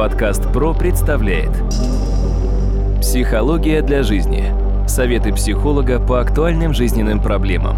Подкаст ПРО представляет «Психология для жизни». Советы психолога по актуальным жизненным проблемам.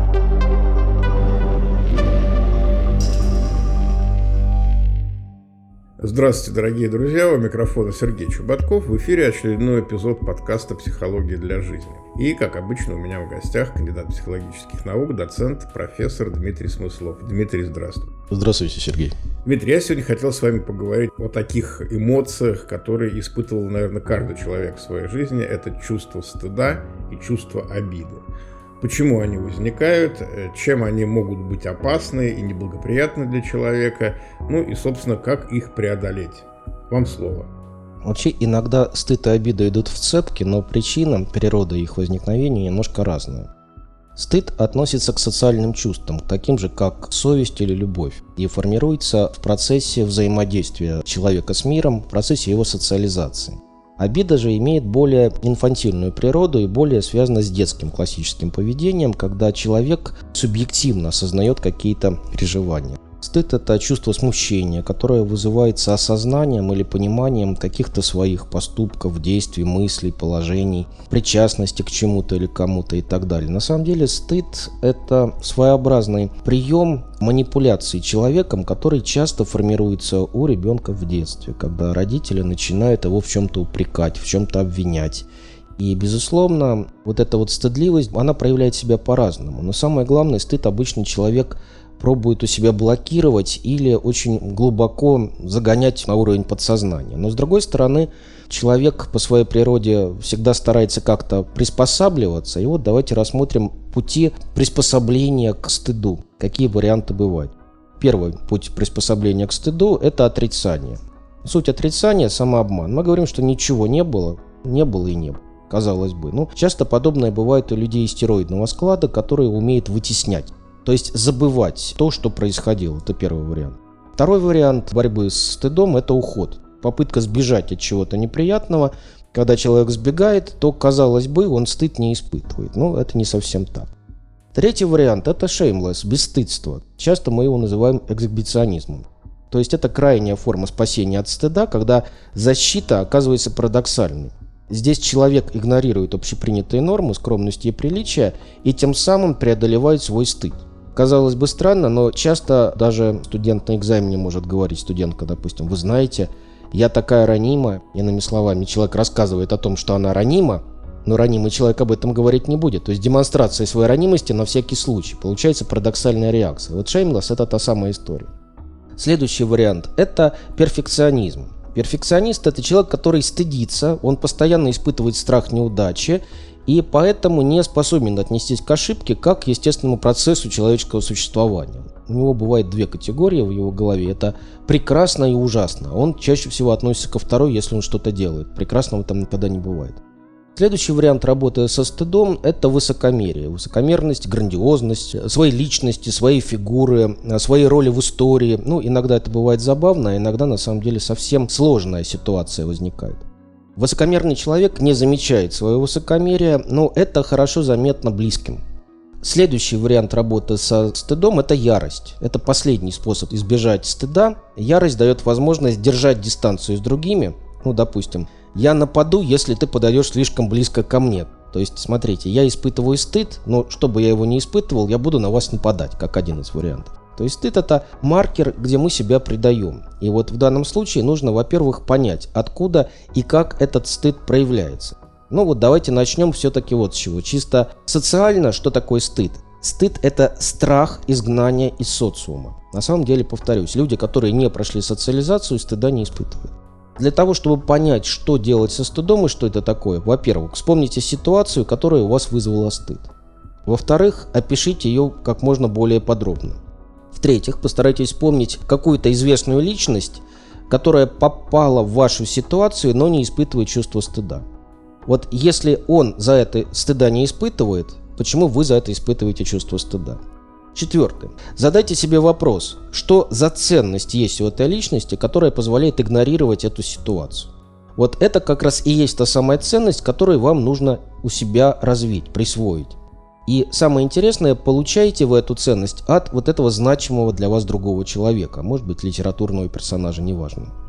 Здравствуйте, дорогие друзья, у микрофона Сергей Чубатков. В эфире очередной эпизод подкаста «Психология для жизни». И, как обычно, у меня в гостях кандидат психологических наук, доцент, профессор Дмитрий Смыслов. Дмитрий, здравствуй. Здравствуйте, Сергей. Дмитрий, я сегодня хотел с вами поговорить о таких эмоциях, которые испытывал, наверное, каждый человек в своей жизни. Это чувство стыда и чувство обиды. Почему они возникают, чем они могут быть опасны и неблагоприятны для человека, ну и, собственно, как их преодолеть. Вам слово. Вообще, иногда стыд и обида идут в цепки, но причина, природа их возникновения немножко разная. Стыд относится к социальным чувствам, таким же, как совесть или любовь, и формируется в процессе взаимодействия человека с миром, в процессе его социализации. Обида же имеет более инфантильную природу и более связана с детским классическим поведением, когда человек субъективно осознает какие-то переживания. Стыд – это чувство смущения, которое вызывается осознанием или пониманием каких-то своих поступков, действий, мыслей, положений, причастности к чему-то или кому-то и так далее. На самом деле стыд – это своеобразный прием манипуляции человеком, который часто формируется у ребенка в детстве, когда родители начинают его в чем-то упрекать, в чем-то обвинять. И, безусловно, вот эта вот стыдливость, она проявляет себя по-разному. Но самое главное, стыд обычно человек пробует у себя блокировать или очень глубоко загонять на уровень подсознания. Но с другой стороны, человек по своей природе всегда старается как-то приспосабливаться. И вот давайте рассмотрим пути приспособления к стыду. Какие варианты бывают? Первый путь приспособления к стыду – это отрицание. Суть отрицания – самообман. Мы говорим, что ничего не было и не было. Казалось бы. Но часто подобное бывает у людей стероидного склада, которые умеют вытеснять. То есть забывать то, что происходило. Это первый вариант. Второй вариант борьбы с стыдом – это уход. Попытка сбежать от чего-то неприятного. Когда человек сбегает, то, казалось бы, он стыд не испытывает. Но это не совсем так. Третий вариант – это shameless, бесстыдство. Часто мы его называем эксгибиционизмом. То есть это крайняя форма спасения от стыда, когда защита оказывается парадоксальной. Здесь человек игнорирует общепринятые нормы скромности и приличия и тем самым преодолевает свой стыд. Казалось бы, странно, но часто даже студент на экзамене может говорить, студентка, допустим, вы знаете, я такая ранима, иными словами, человек рассказывает о том, что она ранима, но ранимый человек об этом говорить не будет. То есть демонстрация своей ранимости на всякий случай. Получается парадоксальная реакция. Вот shameless – это та самая история. Следующий вариант – это перфекционизм. Перфекционист – это человек, который стыдится, он постоянно испытывает страх неудачи, и поэтому не способен отнестись к ошибке как к естественному процессу человеческого существования. У него бывает две категории в его голове. Это прекрасно и ужасно. Он чаще всего относится ко второй, если он что-то делает. Прекрасного там никогда не бывает. Следующий вариант работы со стыдом – это высокомерие. Высокомерность, грандиозность, своей личности, своей фигуры, своей роли в истории. Иногда это бывает забавно, а иногда на самом деле совсем сложная ситуация возникает. Высокомерный человек не замечает своего высокомерия, но это хорошо заметно близким. Следующий вариант работы со стыдом – это ярость. Это последний способ избежать стыда. Ярость дает возможность держать дистанцию с другими. Допустим, я нападу, если ты подойдешь слишком близко ко мне. То есть, смотрите, я испытываю стыд, но чтобы я его не испытывал, я буду на вас нападать, как один из вариантов. То есть стыд – это маркер, где мы себя предаем. И вот в данном случае нужно, во-первых, понять, откуда и как этот стыд проявляется. Давайте начнем все-таки вот с чего. Чисто социально, что такое стыд? Стыд – это страх изгнания из социума. На самом деле, повторюсь, люди, которые не прошли социализацию, стыда не испытывают. Для того, чтобы понять, что делать со стыдом и что это такое, во-первых, вспомните ситуацию, которая у вас вызвала стыд. Во-вторых, опишите ее как можно более подробно. В-третьих, постарайтесь вспомнить какую-то известную личность, которая попала в вашу ситуацию, но не испытывает чувство стыда. Вот если он за это стыда не испытывает, почему вы за это испытываете чувство стыда? Четвертое. Задайте себе вопрос, что за ценность есть у этой личности, которая позволяет игнорировать эту ситуацию. Вот это как раз и есть та самая ценность, которую вам нужно у себя развить, присвоить. И самое интересное, получаете вы эту ценность от вот этого значимого для вас другого человека, может быть, литературного персонажа, неважно.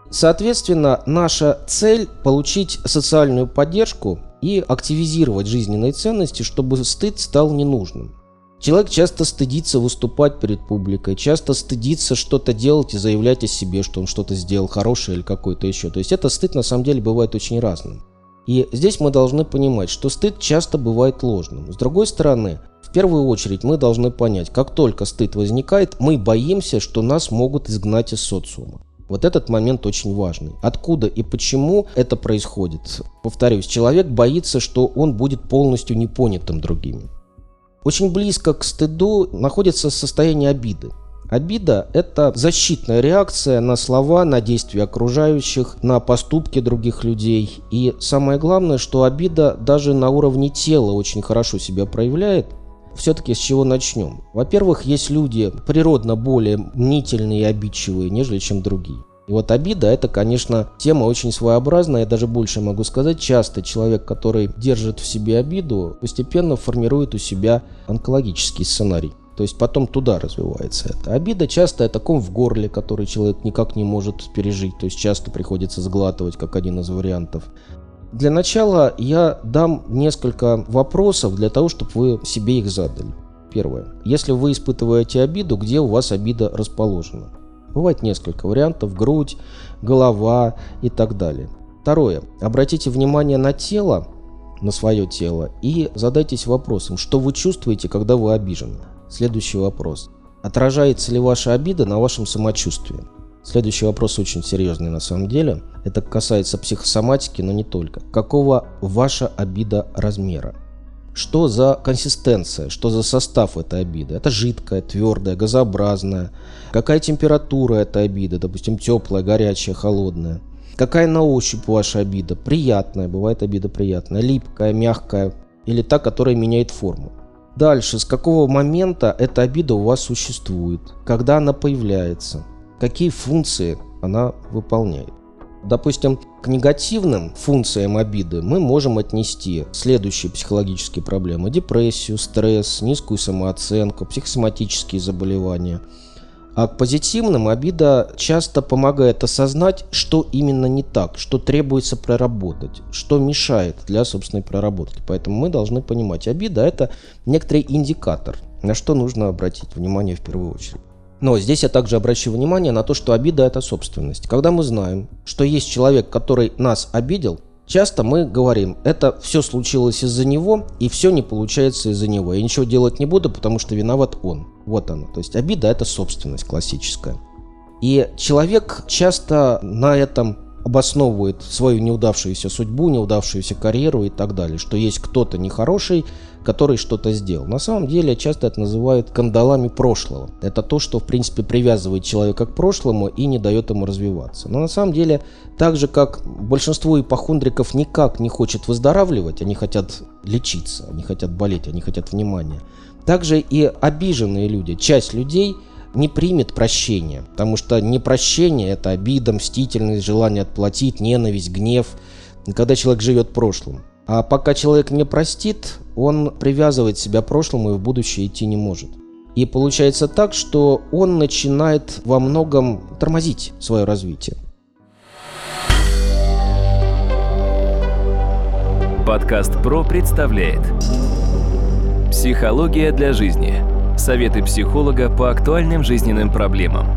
Соответственно, наша цель – получить социальную поддержку и активизировать жизненные ценности, чтобы стыд стал ненужным. Человек часто стыдится выступать перед публикой, часто стыдится что-то делать и заявлять о себе, что он что-то сделал хорошее или какое-то еще. То есть этот стыд на самом деле бывает очень разным. И здесь мы должны понимать, что стыд часто бывает ложным. С другой стороны, в первую очередь мы должны понять, как только стыд возникает, мы боимся, что нас могут изгнать из социума. Вот этот момент очень важный. Откуда и почему это происходит? Повторюсь, человек боится, что он будет полностью непонятым другими. Очень близко к стыду находится состояние обиды. Обида – это защитная реакция на слова, на действия окружающих, на поступки других людей. И самое главное, что обида даже на уровне тела очень хорошо себя проявляет. Все-таки с чего начнем? Во-первых, есть люди природно более мнительные и обидчивые, нежели чем другие. И вот обида – это, конечно, тема очень своеобразная. Я даже больше могу сказать, часто человек, который держит в себе обиду, постепенно формирует у себя онкологический сценарий. То есть потом туда развивается это. Обида часто это ком в горле, который человек никак не может пережить. То есть часто приходится сглатывать, как один из вариантов. Для начала я дам несколько вопросов для того, чтобы вы себе их задали. Первое. Если вы испытываете обиду, где у вас обида расположена? Бывает несколько вариантов: грудь, голова и так далее. Второе. Обратите внимание на тело, на свое тело и задайтесь вопросом, что вы чувствуете, когда вы обижены. Следующий вопрос. Отражается ли ваша обида на вашем самочувствии? Следующий вопрос очень серьезный на самом деле. Это касается психосоматики, но не только. Какого ваша обида размера? Что за консистенция, что за состав этой обиды? Это жидкая, твердая, газообразная? Какая температура этой обиды? Допустим, теплая, горячая, холодная? Какая на ощупь ваша обида? Приятная, бывает обида приятная, липкая, мягкая или та, которая меняет форму? Дальше, с какого момента эта обида у вас существует? Когда она появляется? Какие функции она выполняет? Допустим, к негативным функциям обиды мы можем отнести следующие психологические проблемы: депрессию, стресс, низкую самооценку, психосоматические заболевания. А к позитивным обида часто помогает осознать, что именно не так, что требуется проработать, что мешает для собственной проработки. Поэтому мы должны понимать, обида – это некоторый индикатор, на что нужно обратить внимание в первую очередь. Но здесь я также обращу внимание на то, что обида – это собственность. Когда мы знаем, что есть человек, который нас обидел, часто мы говорим: это все случилось из-за него, и все не получается из-за него. Я ничего делать не буду, потому что виноват он. Вот оно. То есть обида – это собственность классическая. И человек часто на этом обосновывает свою неудавшуюся судьбу, неудавшуюся карьеру и так далее, что есть кто-то нехороший, который что-то сделал. На самом деле часто это называют кандалами прошлого. Это то, что в принципе привязывает человека к прошлому и не дает ему развиваться. Но на самом деле, так же как большинство ипохондриков никак не хочет выздоравливать, они хотят лечиться, они хотят болеть, они хотят внимания. Также и обиженные люди, часть людей не примет прощения, потому что непрощение – это обида, мстительность, желание отплатить, ненависть, гнев, когда человек живет прошлым. А пока человек не простит, он привязывает себя к прошлому и в будущее идти не может. И получается так, что он начинает во многом тормозить свое развитие. Подкаст ПРО представляет «Психология для жизни». Советы психолога по актуальным жизненным проблемам.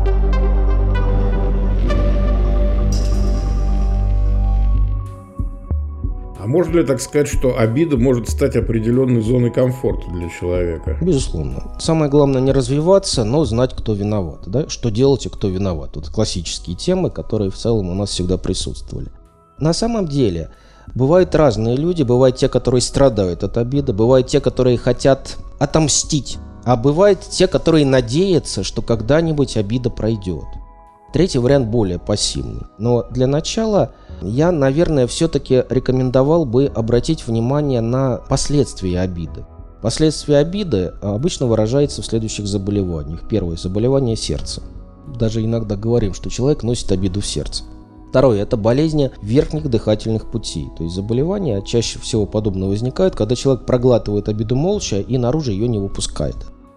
А можно ли так сказать, что обида может стать определенной зоной комфорта для человека? Безусловно. Самое главное не развиваться, но знать, кто виноват. Да? Что делать и кто виноват. Вот классические темы, которые в целом у нас всегда присутствовали. На самом деле бывают разные люди. Бывают те, которые страдают от обиды. Бывают те, которые хотят отомстить. А бывают те, которые надеются, что когда-нибудь обида пройдет. Третий вариант более пассивный. Но для начала я, наверное, все-таки рекомендовал бы обратить внимание на последствия обиды. Последствия обиды обычно выражаются в следующих заболеваниях. Первое – заболевание сердца. Даже иногда говорим, что человек носит обиду в сердце. Второе – это болезни верхних дыхательных путей. То есть заболевания чаще всего подобно возникают, когда человек проглатывает обиду молча и наружу ее не выпускает.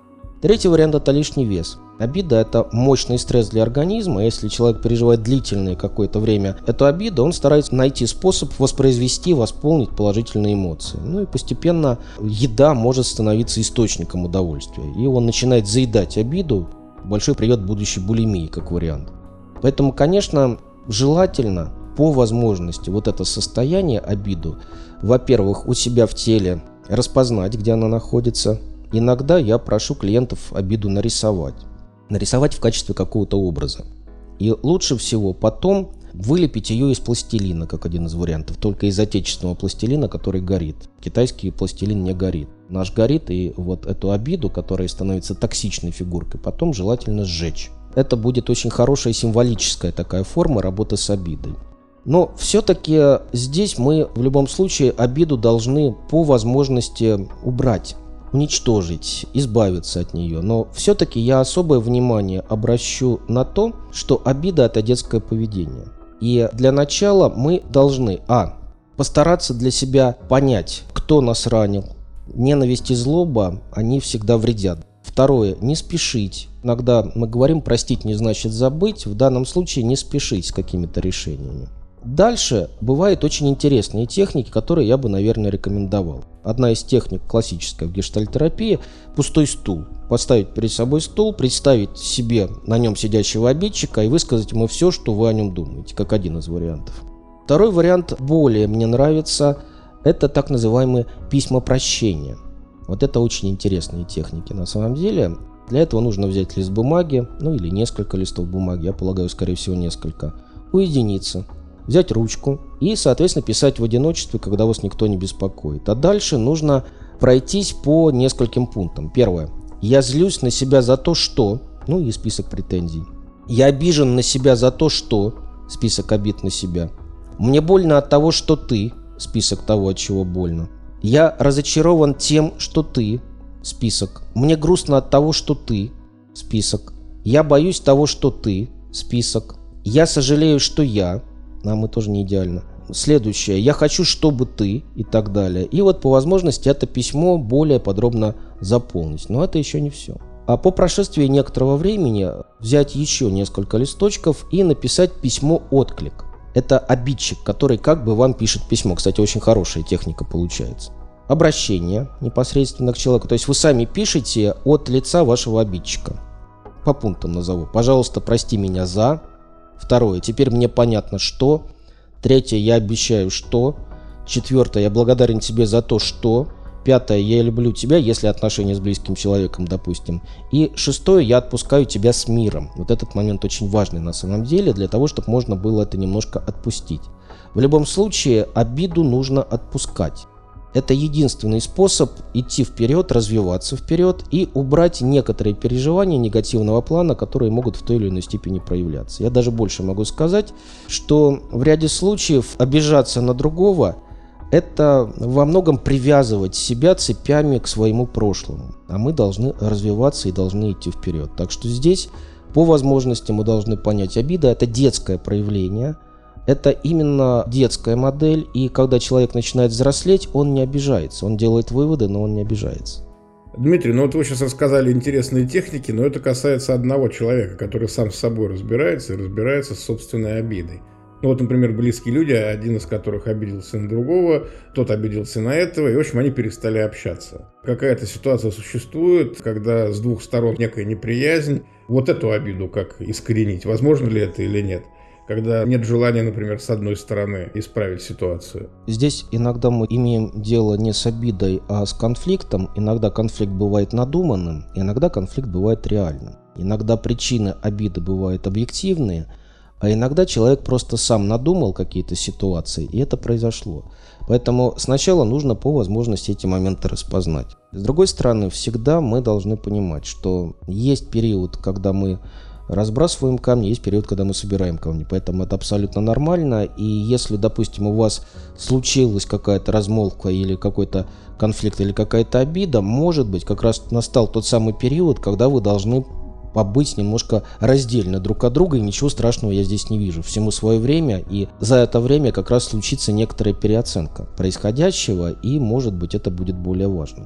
Третий вариант – это лишний вес. Обида – это мощный стресс для организма. Если человек переживает длительное какое-то время эту обиду, он старается найти способ воспроизвести, восполнить положительные эмоции. Ну и постепенно еда может становиться источником удовольствия. И он начинает заедать обиду. Большой привет будущей булимии, как вариант. Поэтому, конечно, желательно по возможности вот это состояние, обиду, во-первых, у себя в теле распознать, где она находится. Иногда я прошу клиентов обиду нарисовать. Нарисовать в качестве какого-то образа. И лучше всего потом вылепить ее из пластилина, как один из вариантов. Только из отечественного пластилина, который горит. Китайский пластилин не горит. Наш горит, и вот эту обиду, которая становится токсичной фигуркой, потом желательно сжечь. Это будет очень хорошая символическая такая форма работы с обидой. Но все-таки здесь мы в любом случае обиду должны по возможности убрать, уничтожить, избавиться от нее. Но все-таки я особое внимание обращу на то, что обида – это детское поведение. И для начала мы должны постараться для себя понять, кто нас ранил. Ненависть и злоба, они всегда вредят. Второе – не спешить. Иногда мы говорим «простить не значит забыть», в данном случае не спешить с какими-то решениями. Дальше бывают очень интересные техники, которые я бы, наверное, рекомендовал. Одна из техник классическая в гештальтерапии – пустой стул. Поставить перед собой стул, представить себе на нем сидящего обидчика и высказать ему все, что вы о нем думаете, как один из вариантов. Второй вариант более мне нравится – это так называемые письма прощения. Вот это очень интересные техники на самом деле. Для этого нужно взять лист бумаги, или несколько листов бумаги, я полагаю, скорее всего, несколько, уединиться, взять ручку и, соответственно, писать в одиночестве, когда вас никто не беспокоит. А дальше нужно пройтись по нескольким пунктам. Первое. Я злюсь на себя за то, что... и список претензий. Я обижен на себя за то, что... Список обид на себя. Мне больно от того, что ты... Список того, от чего больно. Я разочарован тем, что ты... Список. Мне грустно от того, что ты... Список. Я боюсь того, что ты... Список. Я сожалею, что я... мы тоже не идеально. Следующее. Я хочу, чтобы ты, и так далее. И вот по возможности это письмо более подробно заполнить. Но это еще не все. А по прошествии некоторого времени взять еще несколько листочков и написать письмо-отклик. Это обидчик, который как бы вам пишет письмо. Кстати, очень хорошая техника получается. Обращение непосредственно к человеку. То есть вы сами пишете от лица вашего обидчика. По пунктам назову. Пожалуйста, прости меня за... Второе. Теперь мне понятно, что. Третье. Я обещаю, что. Четвертое. Я благодарен тебе за то, что. Пятое. Я люблю тебя, если отношения с близким человеком, допустим. И шестое. Я отпускаю тебя с миром. Вот этот момент очень важный на самом деле, для того, чтобы можно было это немножко отпустить. В любом случае, обиду нужно отпускать. Это единственный способ идти вперед, развиваться вперед и убрать некоторые переживания негативного плана, которые могут в той или иной степени проявляться. Я даже больше могу сказать, что в ряде случаев обижаться на другого – это во многом привязывать себя цепями к своему прошлому. А мы должны развиваться и должны идти вперед. Так что здесь по возможности мы должны понять, обида – это детское проявление. Это именно детская модель, и когда человек начинает взрослеть, он не обижается. Он делает выводы, но он не обижается. Дмитрий, вот вы сейчас рассказали интересные техники, но это касается одного человека, который сам с собой разбирается и разбирается с собственной обидой. Например, близкие люди, один из которых обиделся на другого, тот обиделся на этого, и, в общем, они перестали общаться. Какая-то ситуация существует, когда с двух сторон некая неприязнь. Вот эту обиду как искоренить? Возможно ли это или нет? Когда нет желания, например, с одной стороны исправить ситуацию. Здесь иногда мы имеем дело не с обидой, а с конфликтом. Иногда конфликт бывает надуманным, иногда конфликт бывает реальным. Иногда причины обиды бывают объективные, а иногда человек просто сам надумал какие-то ситуации, и это произошло. Поэтому сначала нужно по возможности эти моменты распознать. С другой стороны, всегда мы должны понимать, что есть период, когда мы разбрасываем камни, есть период, когда мы собираем камни, поэтому это абсолютно нормально. И если, допустим, у вас случилась какая-то размолвка или какой-то конфликт или какая-то обида, может быть, как раз настал тот самый период, когда вы должны побыть немножко раздельно друг от друга, и ничего страшного я здесь не вижу. Всему свое время, и за это время как раз случится некоторая переоценка происходящего, и, может быть, это будет более важным.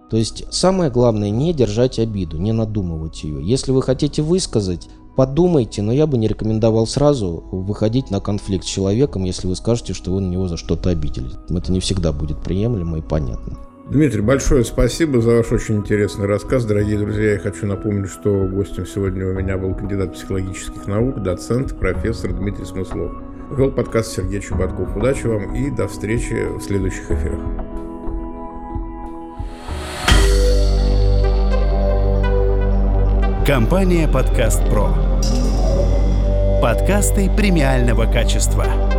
То есть самое главное не держать обиду, не надумывать ее. Если вы хотите высказать, подумайте, но я бы не рекомендовал сразу выходить на конфликт с человеком, если вы скажете, что вы на него за что-то обиделись. Это не всегда будет приемлемо и понятно. Дмитрий, большое спасибо за ваш очень интересный рассказ. Дорогие друзья, я хочу напомнить, что гостем сегодня у меня был кандидат психологических наук, доцент, профессор Дмитрий Смыслов. Вел подкаст Сергей Чубатков. Удачи вам и до встречи в следующих эфирах. Компания «Подкаст Про». Подкасты премиального качества.